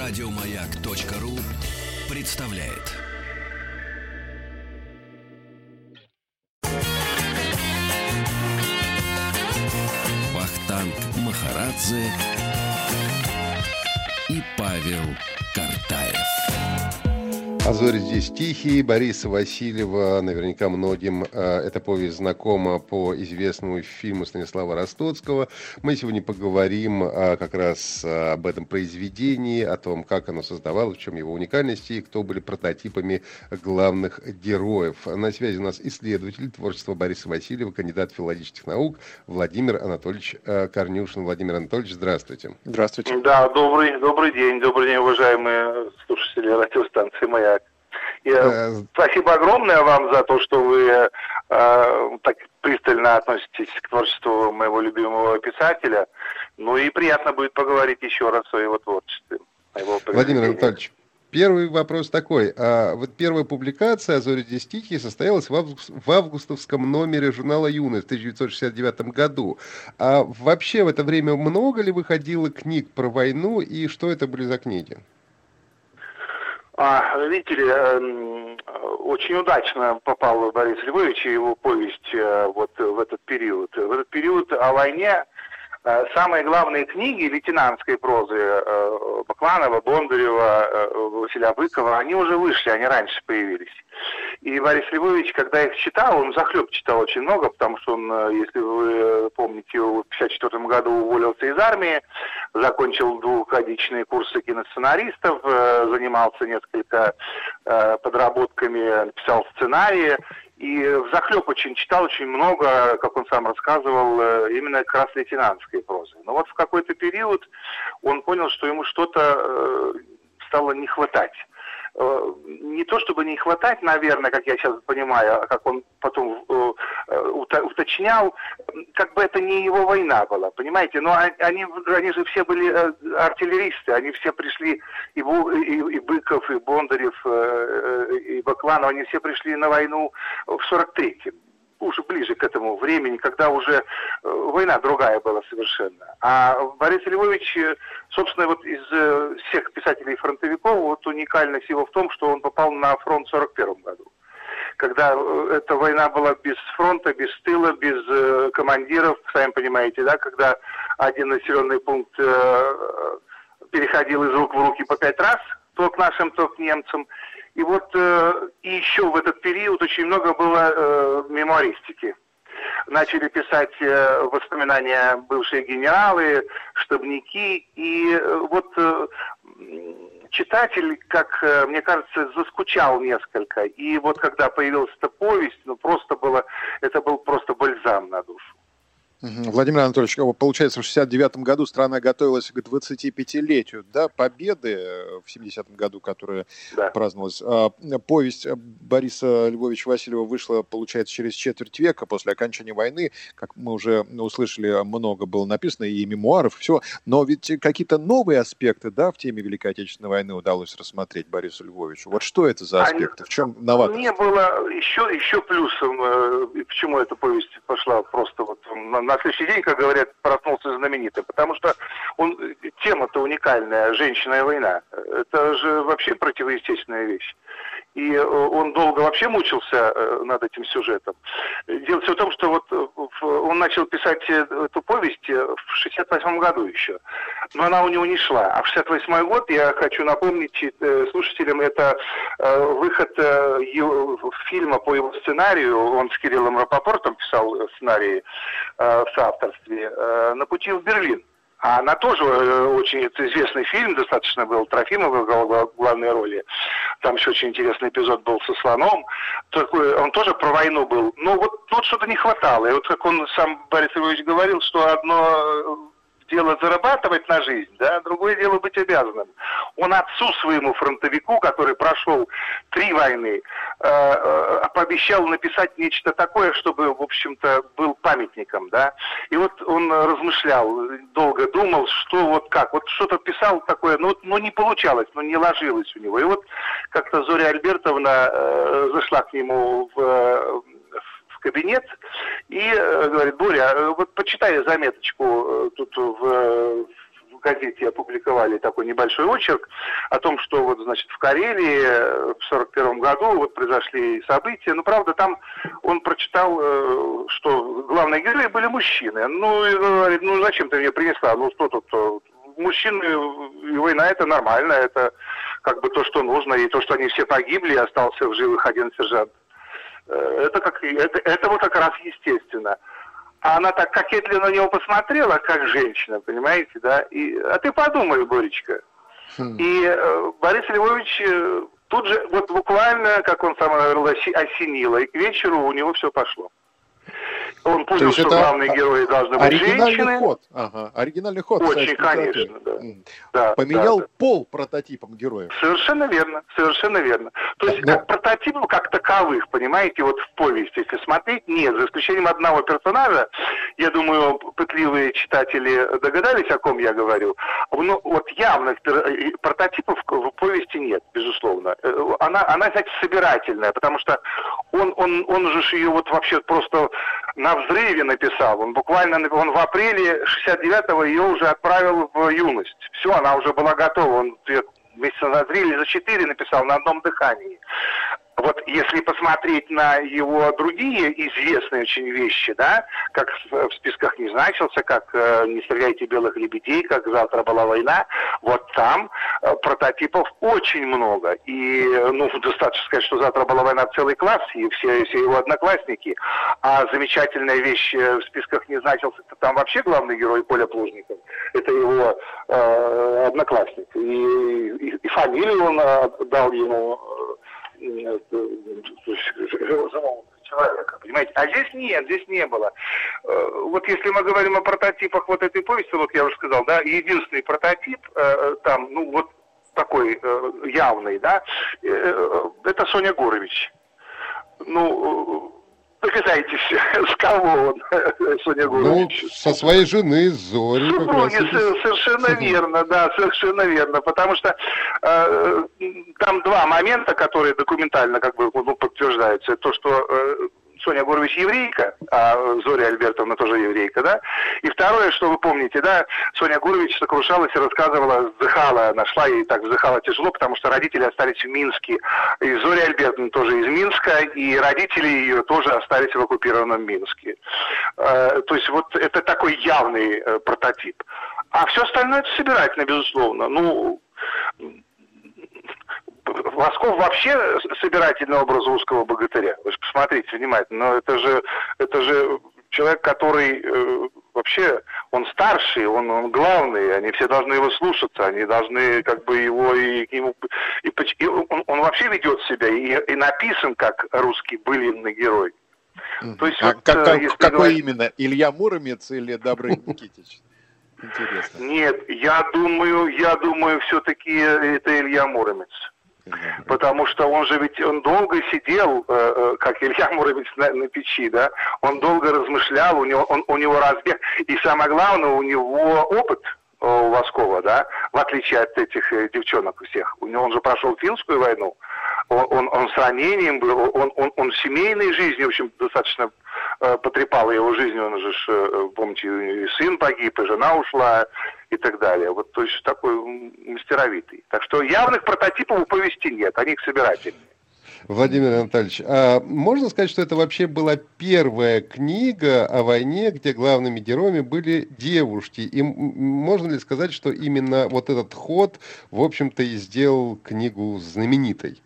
Радиомаяк.ру представляет. Вахтанг Махарадзе и Павел Картаев. А зори здесь тихие. Бориса Васильева, наверняка многим эта повесть знакома по известному фильму Станислава Ростоцкого. Мы сегодня поговорим как раз об этом произведении, о том, как оно создавалось, в чем его уникальность и кто были прототипами главных героев. На связи у нас исследователь творчества Бориса Васильева, кандидат филологических наук Владимир Анатольевич Корнюшин. Владимир Анатольевич, здравствуйте. Здравствуйте. Да, добрый день, уважаемые слушатели радиостанции «Маяк». Спасибо огромное вам за то, что вы так пристально относитесь к творчеству моего любимого писателя. Ну и приятно будет поговорить еще раз о его творчестве. Владимир Анатольевич, первый вопрос такой. Вот первая публикация «А зори здесь тихие» состоялась в августовском номере журнала «Юность» в 1969 году. А вообще в это время много ли выходило книг про войну и что это были за книги? Видите ли, очень удачно попал Борис Львович и его повесть вот в этот период. В этот период о войне самые главные книги лейтенантской прозы Бакланова, Бондарева, Василия Быкова, они уже вышли, они раньше появились. И Борис Львович, когда их читал, он взахлеб читал очень много, потому что он, если вы помните, в 1954 году уволился из армии, закончил двухгодичные курсы киносценаристов, занимался несколько подработками, писал сценарии. И взахлеб очень читал, очень много, как он сам рассказывал, именно как раз лейтенантской прозы. Но вот в какой-то период он понял, что ему что-то стало не хватать. Не то чтобы не хватать, наверное, как я сейчас понимаю, а как он потом уточнял, как бы это не его война была, понимаете? Но они же все были артиллеристы, они все пришли, и Быков, и Бондарев, и Бакланов, они все пришли на войну в 43-м. Уже ближе к этому времени, когда уже война другая была совершенно. А Борис Львович, собственно, вот из всех писателей-фронтовиков, вот уникальность его в том, что он попал на фронт в 41 году. Когда эта война была без фронта, без тыла, без командиров, сами понимаете, да, когда один населенный пункт переходил из рук в руки по 5 раз, то к нашим, то к немцам. И вот и еще в этот период очень много было мемуаристики. Начали писать воспоминания бывшие генералы, штабники. И вот читатель, как мне кажется, заскучал несколько. И вот когда появилась эта повесть, это был просто бальзам на душу. Владимир Анатольевич, получается, в 1969 году страна готовилась к 25-летию победы в 70-м году, которая праздновалась. Повесть Бориса Львовича Васильева вышла, получается, через четверть века после окончания войны. Как мы уже услышали, много было написано, и мемуаров, и все. Но ведь какие-то новые аспекты в теме Великой Отечественной войны удалось рассмотреть Борису Львовичу. Вот что это за аспекты? В чем новаторство? Мне было еще плюсом, почему эта повесть пошла просто вот на следующий день, как говорят, проснулся знаменитым, потому что тема-то уникальная, женщина и война. Это же вообще противоестественная вещь. И он долго вообще мучился над этим сюжетом. Дело все в том, что вот он начал писать эту повесть в 68 году еще. Но она у него не шла. А в 68 год, я хочу напомнить слушателям, это выход фильма по его сценарию. Он с Кириллом Рапопортом писал сценарий в соавторстве «На пути в Берлин». А она тоже очень известный фильм, достаточно был, Трофимов в главной роли. Там еще очень интересный эпизод был со слоном. Он тоже про войну был. Но вот тут что-то не хватало. И вот как он сам, Борис Ильич, говорил, что одно дело зарабатывать на жизнь, другое дело быть обязанным. Он отцу своему фронтовику, который прошел 3 войны, пообещал написать нечто такое, чтобы, в общем-то, был памятником, И вот он размышлял, долго думал, что вот как. Вот что-то писал такое, но не получалось, не ложилось у него. И вот как-то Зоря Альбертовна зашла к нему в кабинет и говорит: Боря, вот почитай заметочку тут в в газете опубликовали такой небольшой очерк о том, что вот, значит, в Карелии в 1941 году вот произошли события. Ну, правда, там он прочитал, что главные герои были мужчины. Ну, и говорит, ну, зачем ты мне принесла? Ну, что тут? Мужчины и война — это нормально, это как бы то, что нужно, и то, что они все погибли, и остался в живых один сержант. Это вот как раз естественно. А она так кокетливо на него посмотрела, как женщина, понимаете, да? А ты подумай, Боречка. И Борис Львович тут же, вот буквально, как он сам говорил, осенило, и к вечеру у него все пошло. Он понял, что главные герои должны быть женщины. Ход. Ага. Оригинальный ход. Очень, конечно, да. Поменял пол прототипом героев. Совершенно верно, совершенно верно. То есть как прототипов, как таковых, понимаете, вот в повести, если смотреть, нет, за исключением одного персонажа, я думаю, пытливые читатели догадались, о ком я говорю, но вот явных прототипов в повести нет, безусловно. Она, знаете, собирательная, потому что он же ее вот вообще просто на взрыве написал. Он в апреле 69-го ее уже отправил в юность. Все, она уже была готова. Он месяца за 3 или за 4 написал на одном дыхании. Вот если посмотреть на его другие известные очень вещи, да, как в списках не значился, как «Не стреляйте белых лебедей», как «Завтра была война», вот там прототипов очень много. И, достаточно сказать, что «Завтра была война» целый класс, и все его одноклассники. А замечательная вещь в списках не значился, это там вообще главный герой Коля Плужников. Это его одноклассник. И фамилию он дал ему... человека, понимаете? А здесь нет, здесь не было. Вот если мы говорим о прототипах вот этой повести, вот я уже сказал, да, единственный прототип там, вот такой явный, да, это Соня Гурович. Догадайтесь, с кого он, Соня Гурович? Со своей жены, Зори. Совершенно верно, да, совершенно верно. Потому что там два момента, которые документально как бы подтверждаются. То, что Соня Гурович еврейка, а Зоря Альбертовна тоже еврейка, да. И второе, что вы помните, да, Соня Гурович сокрушалась и рассказывала, вздыхала, нашла и так вздыхала тяжело, потому что родители остались в Минске. И Зоря Альбертовна тоже из Минска, и родители ее тоже остались в оккупированном Минске. То есть вот это такой явный прототип. А все остальное это собирательно, безусловно. Восков вообще собирательный образ русского богатыря. Вы же посмотрите внимательно. Но это же человек, который вообще, он старший, он главный, они все должны его слушаться, они должны как бы его он вообще ведет себя и написан как русский былинный герой. То есть, какой именно? Илья Муромец или Добрый Никитич? Интересно. Нет, я думаю, все-таки это Илья Муромец. Потому что он долго сидел, как Илья Муромец на печи, да, он долго размышлял, у него разбег, и самое главное, у него опыт у Воскова, да, в отличие от этих девчонок всех. Он же прошел финскую войну, он с ранением был, он в семейной жизни, в общем, достаточно потрепало его жизнь, он же, помните, и сын погиб, и жена ушла, и так далее. Вот, то есть такой мастеровитый. Так что явных прототипов у повести нет, они их собирательные. Владимир Анатольевич, а можно сказать, что это вообще была первая книга о войне, где главными героями были девушки? И можно ли сказать, что именно вот этот ход, в общем-то, и сделал книгу знаменитой?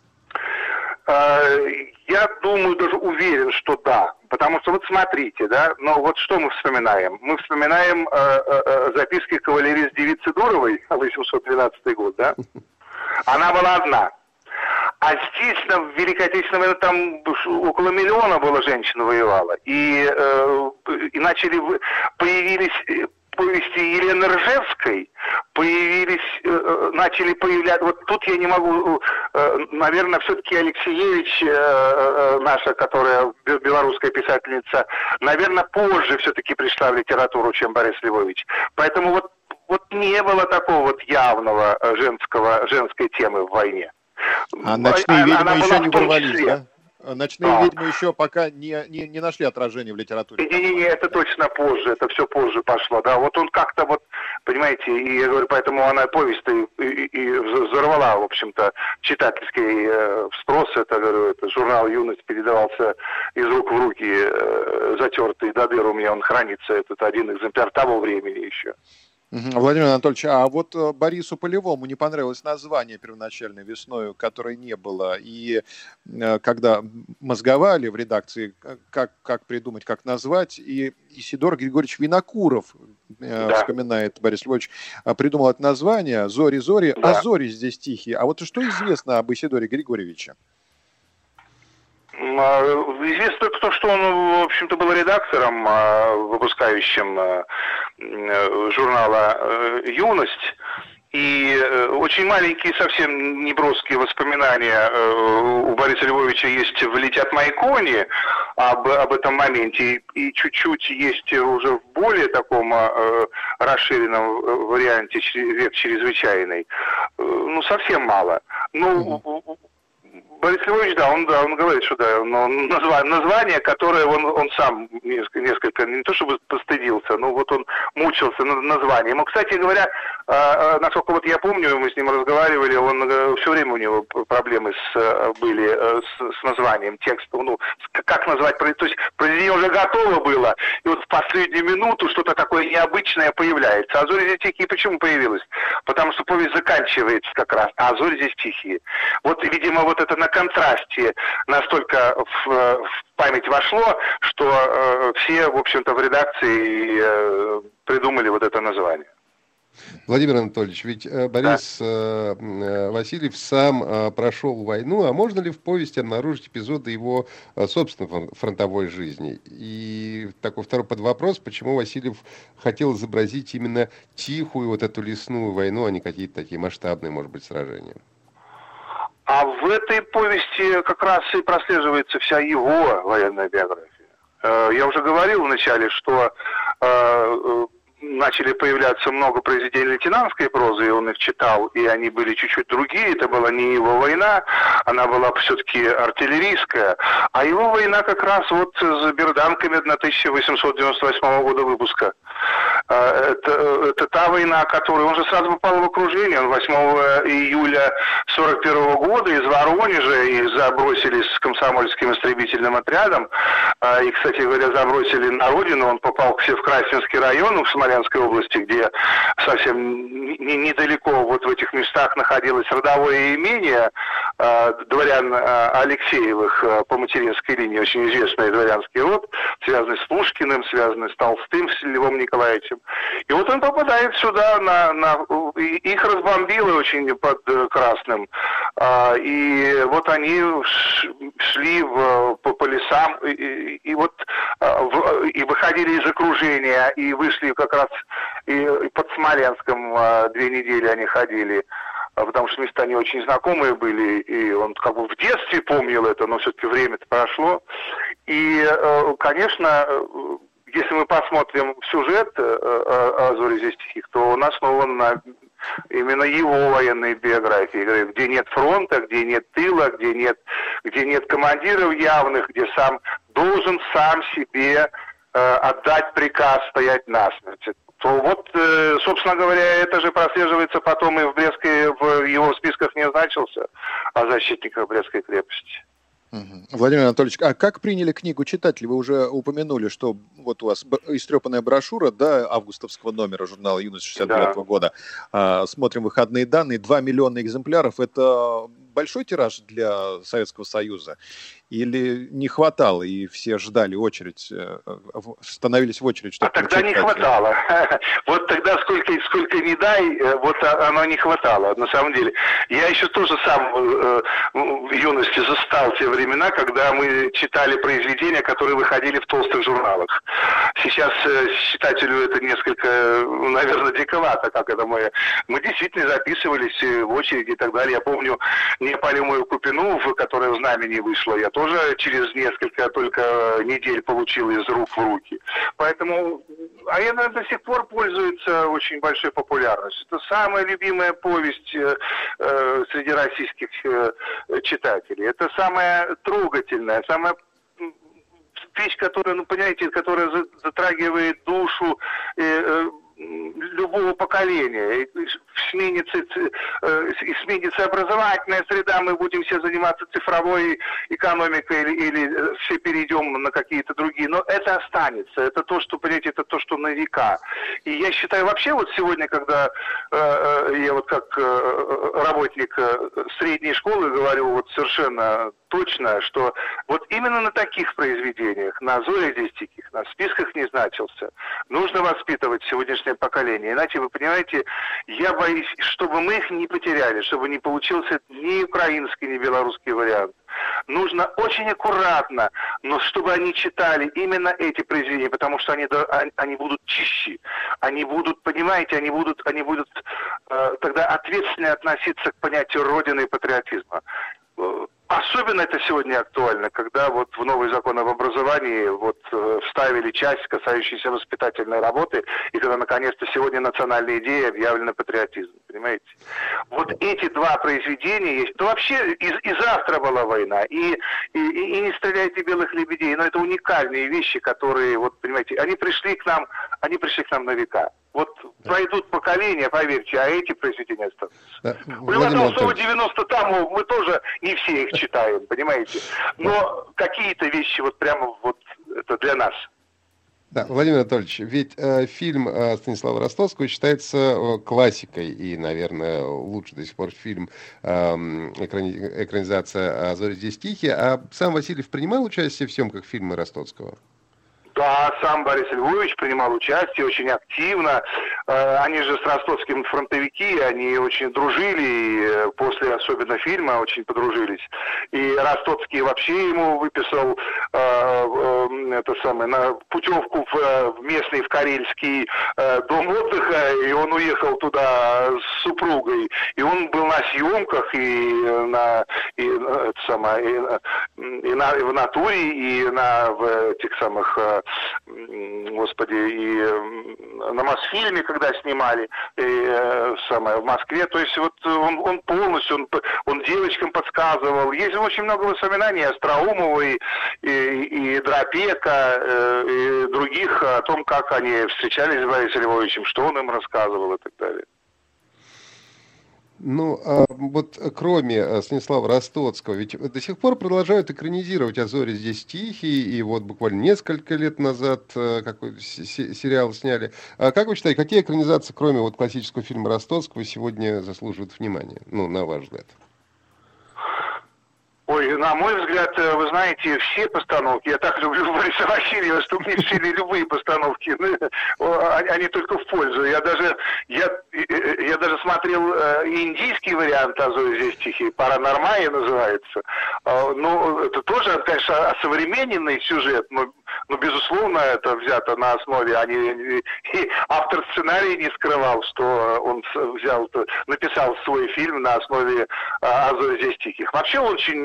Я думаю, даже уверен, что да. Потому что вот смотрите, да, но вот что мы вспоминаем? Мы вспоминаем записки кавалерист девицы Дуровой, 812 год, да? Она была одна. А здесь, в Великой Отечественной войне, там около 1 миллиона было женщин воевало. И появились повести Елены Ржевской, начали появляться, вот тут я не могу, наверное, все-таки Алексеевич, наша, которая белорусская писательница, наверное, позже все-таки пришла в литературу, чем Борис Львович. Поэтому вот не было такого вот явного женской темы в войне. А «Ночные ведьмы» еще не ворвались, да? «Ночные ведьмы» еще пока не нашли отражения в литературе. Не, это точно позже, это все позже пошло, да. Вот он как-то вот Понимаете, и я говорю, поэтому она повесть-то и взорвала, в общем-то, читательский спрос. Это, говорю, это журнал «Юность» передавался из рук в руки, затертый до дыр у меня он хранится. Это один экземпляр того времени еще. Владимир Анатольевич, а вот Борису Полевому не понравилось название первоначальной «Весною», которой не было. И когда мозговали в редакции, как придумать, как назвать, и Исидор Григорьевич Винокуров, вспоминает Борис Львович, придумал это название «Зори-зори», а зори здесь тихие. А вот что известно об Исидоре Григорьевиче? Известно только то, что он, в общем-то, был редактором, выпускающим журнала «Юность». И очень маленькие, совсем неброские воспоминания у Бориса Львовича есть в «Летят мои кони» об этом моменте. И чуть-чуть есть уже в более таком расширенном варианте «Век чрезвычайный». Ну, совсем мало. Борис Львович, он говорит, что но название, которое он сам несколько, не то чтобы постыдился, но вот он мучился над названием. И, кстати говоря, насколько вот я помню, мы с ним разговаривали, он все время у него проблемы были с названием текста, как назвать, то есть произведение уже готово было, и вот в последнюю минуту что-то такое необычное появляется. «А зори здесь тихие» почему появилось? Потому что повесть заканчивается как раз, а зори здесь тихие. Вот, видимо, вот это на контрасте настолько в память вошло, что все, в общем-то, в редакции придумали вот это название. Владимир Анатольевич, ведь Борис Васильев сам прошел войну, а можно ли в повести обнаружить эпизоды его собственной фронтовой жизни? И такой второй подвопрос, почему Васильев хотел изобразить именно тихую вот эту лесную войну, а не какие-то такие масштабные, может быть, сражения? А в этой повести как раз и прослеживается вся его военная биография. Я уже говорил вначале, что начали появляться много произведений лейтенантской прозы, и он их читал, и они были чуть-чуть другие. Это была не его война, она была все-таки артиллерийская. А его война как раз вот с берданками 1898 года выпуска. Это та война, которую... Он же сразу попал в окружение. Он 8 июля 1941 года из Воронежа и забросили с комсомольским истребительным отрядом. И, кстати говоря, забросили на родину. Он попал в Красненский район, в Смоленской области, где совсем недалеко вот в этих местах находилось родовое имение дворян Алексеевых по материнской линии, очень известный дворянский род, связанный с Пушкиным, связанный с Толстым, с Львом Николаевичем. И вот он попадает сюда, их разбомбило очень под Красным, и вот они шли по лесам, и выходили из окружения, и вышли как раз и под Смоленском 2 недели они ходили, потому что места не очень знакомые были, и он как бы в детстве помнил это, но все-таки время-то прошло. И, конечно, если мы посмотрим сюжет о «Зори здесь тихих», то он основан на именно его военной биографии, где нет фронта, где нет тыла, где нет командиров явных, где должен сам себе отдать приказ стоять насмерть. То вот, собственно говоря, это же прослеживается потом и в его списках не значился о защитниках Брестской крепости. Владимир Анатольевич, а как приняли книгу читатели? Вы уже упомянули, что вот у вас истрепанная брошюра, августовского номера журнала «Юность» 69 года. Смотрим выходные данные. 2 миллиона экземпляров. Это большой тираж для Советского Союза? Или не хватало, и все ждали очередь, становились в очередь, чтобы тогда не хватало. Вот тогда сколько ни дай, вот оно не хватало, на самом деле. Я еще тоже сам в юности застал те времена, когда мы читали произведения, которые выходили в толстых журналах. Сейчас читателю это несколько, наверное, диковато, как это мы действительно записывались в очереди и так далее. Я помню Неопалимую Купину, которая в «Знамени» вышла, я тоже через несколько только недель получил из рук в руки. Поэтому она до сих пор пользуется очень большой популярностью. Это самая любимая повесть среди российских читателей. Это самая трогательная, самая вещь, которая, понимаете, которая затрагивает душу любого поколения. Сменится образовательная среда, мы будем все заниматься цифровой экономикой или все перейдем на какие-то другие. Но это останется. Это то, что, понимаете, это то, что на века. И я считаю, вообще вот сегодня, когда я вот как работник средней школы говорю вот совершенно точно, что вот именно на таких произведениях, на «Зоре здесь тихих», на списках не значился, нужно воспитывать сегодняшнее поколение. Иначе, вы понимаете, я боюсь, чтобы мы их не потеряли, чтобы не получился ни украинский, ни белорусский вариант. Нужно очень аккуратно, но чтобы они читали именно эти произведения, потому что они будут чище, они будут, понимаете, они будут тогда ответственно относиться к понятию Родины и патриотизма. Особенно это сегодня актуально, когда вот в новый закон об образовании вот вставили часть, касающуюся воспитательной работы, и когда наконец-то сегодня национальной идеей объявлена патриотизм, понимаете? Вот эти два произведения есть. То вообще и завтра была война, и не стреляйте белых лебедей, но это уникальные вещи, которые, вот понимаете, они пришли к нам на века. Вот пройдут поколения, поверьте, а эти произведения останутся. Да. Было Толстого 90 там, мы тоже не все их читаем, понимаете. Но какие-то вещи вот прямо вот это для нас. Да, Владимир Анатольевич, ведь фильм Станислава Ростоцкого считается классикой и, наверное, лучший до сих пор фильм, экранизация «А зори здесь тихие». А сам Васильев принимал участие в съемках фильма Ростоцкого? Да, сам Борис Львович принимал участие очень активно. Они же с Ростоцким фронтовики, они очень дружили, и после особенно фильма очень подружились. И Ростоцкий вообще ему выписал путевку в местный, в карельский дом отдыха, и он уехал туда с супругой. И он был на съемках и в натуре, и в этих самых... Господи, и на Мосфильме, когда снимали, в Москве, то есть вот он полностью, он девочкам подсказывал. Есть очень много воспоминаний Остроумова и Дропека, и других о том, как они встречались с Борисом Львовичем, что он им рассказывал и так далее. Ну, а вот кроме Станислава Ростоцкого, ведь до сих пор продолжают экранизировать «А зори здесь тихие», и вот буквально несколько лет назад какой-то сериал сняли. А как вы считаете, какие экранизации, кроме вот классического фильма Ростоцкого, сегодня заслуживают внимания, ну, на ваш взгляд? Ой, на мой взгляд, вы знаете, все постановки, я так люблю Бориса Васильева, что мне решили любые постановки, они только в пользу. Я даже смотрел индийский вариант «А зори здесь тихие», «Паранормалья» называется. Ну, это тоже, конечно, осовремененный сюжет, но безусловно, это взято на основе, и автор сценария не скрывал, что он написал свой фильм на основе «А зори здесь тихих». Вообще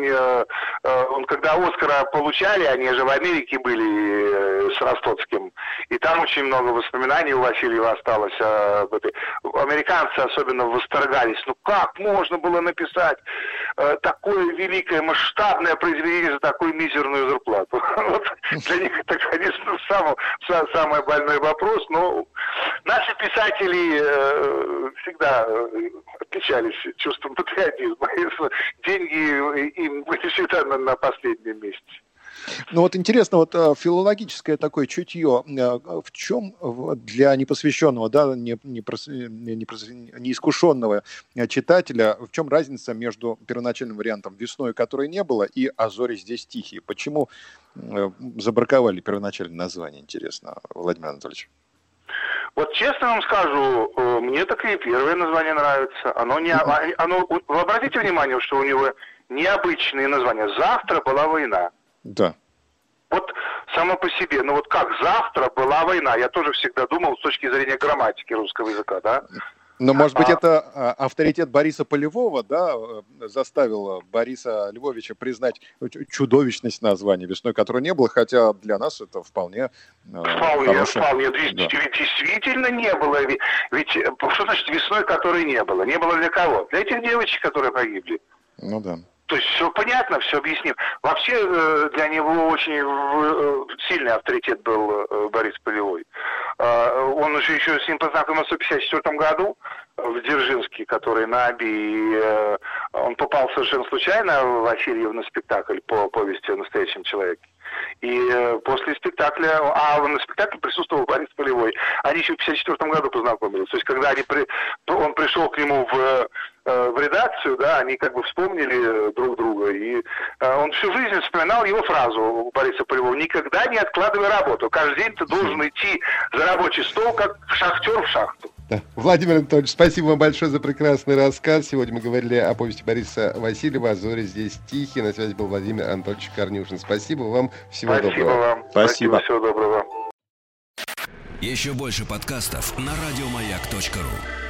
он, когда Оскара получали, они же в Америке были с Ростоцким, и там очень много воспоминаний у Васильева осталось об этой. Американцы особенно восторгались. Ну как можно было написать такое великое, масштабное произведение за такую мизерную зарплату? Вот для них это, конечно, самый больной вопрос, но наши писатели всегда отличались чувством патриотизма. Деньги им были всегда на последнем месте. Ну вот интересно, вот филологическое такое чутье, в чем для непосвященного, да, неискушенного читателя, в чем разница между первоначальным вариантом «Весной», которой не было, и «А зори здесь тихие»? Почему забраковали первоначальное название, интересно, Владимир Анатольевич? Вот честно вам скажу, мне так и первое название нравится. Вы обратите внимание, что у него необычные названия. «Завтра была война». Да. Вот само по себе, ну вот как «завтра была война», я тоже всегда думал с точки зрения грамматики русского языка, да? Но, может быть, это авторитет Бориса Полевого, да, заставил Бориса Львовича признать чудовищность названия «Весной», которой не было, хотя для нас это вполне хорошее. Вполне. Действительно не было. Ведь что значит «Весной», которой не было? Не было для кого? Для этих девочек, которые погибли. Ну да. То есть все понятно, все объясним. Вообще для него очень сильный авторитет был Борис Полевой. Он уже еще с ним познакомился в 1954 году в Дзержинске, который на Аби. Он попал совершенно случайно в Васильев на спектакль по повести о настоящем человеке. И после спектакля, на спектакле присутствовал Борис Полевой. Они еще в 1954 году познакомились. То есть, когда он пришел к нему в редакцию, да, они как бы вспомнили друг друга. И он всю жизнь вспоминал его фразу у Бориса Полевого: «Никогда не откладывай работу. Каждый день ты должен идти за рабочий стол, как шахтер в шахту». Да. Владимир Анатольевич, спасибо вам большое за прекрасный рассказ. Сегодня мы говорили о повести Бориса Васильева «А зори здесь тихие». На связи был Владимир Анатольевич Корнюшин. Спасибо вам. Всего доброго. Спасибо вам. Спасибо. Всего доброго. Еще больше подкастов на радиомаяк.ру.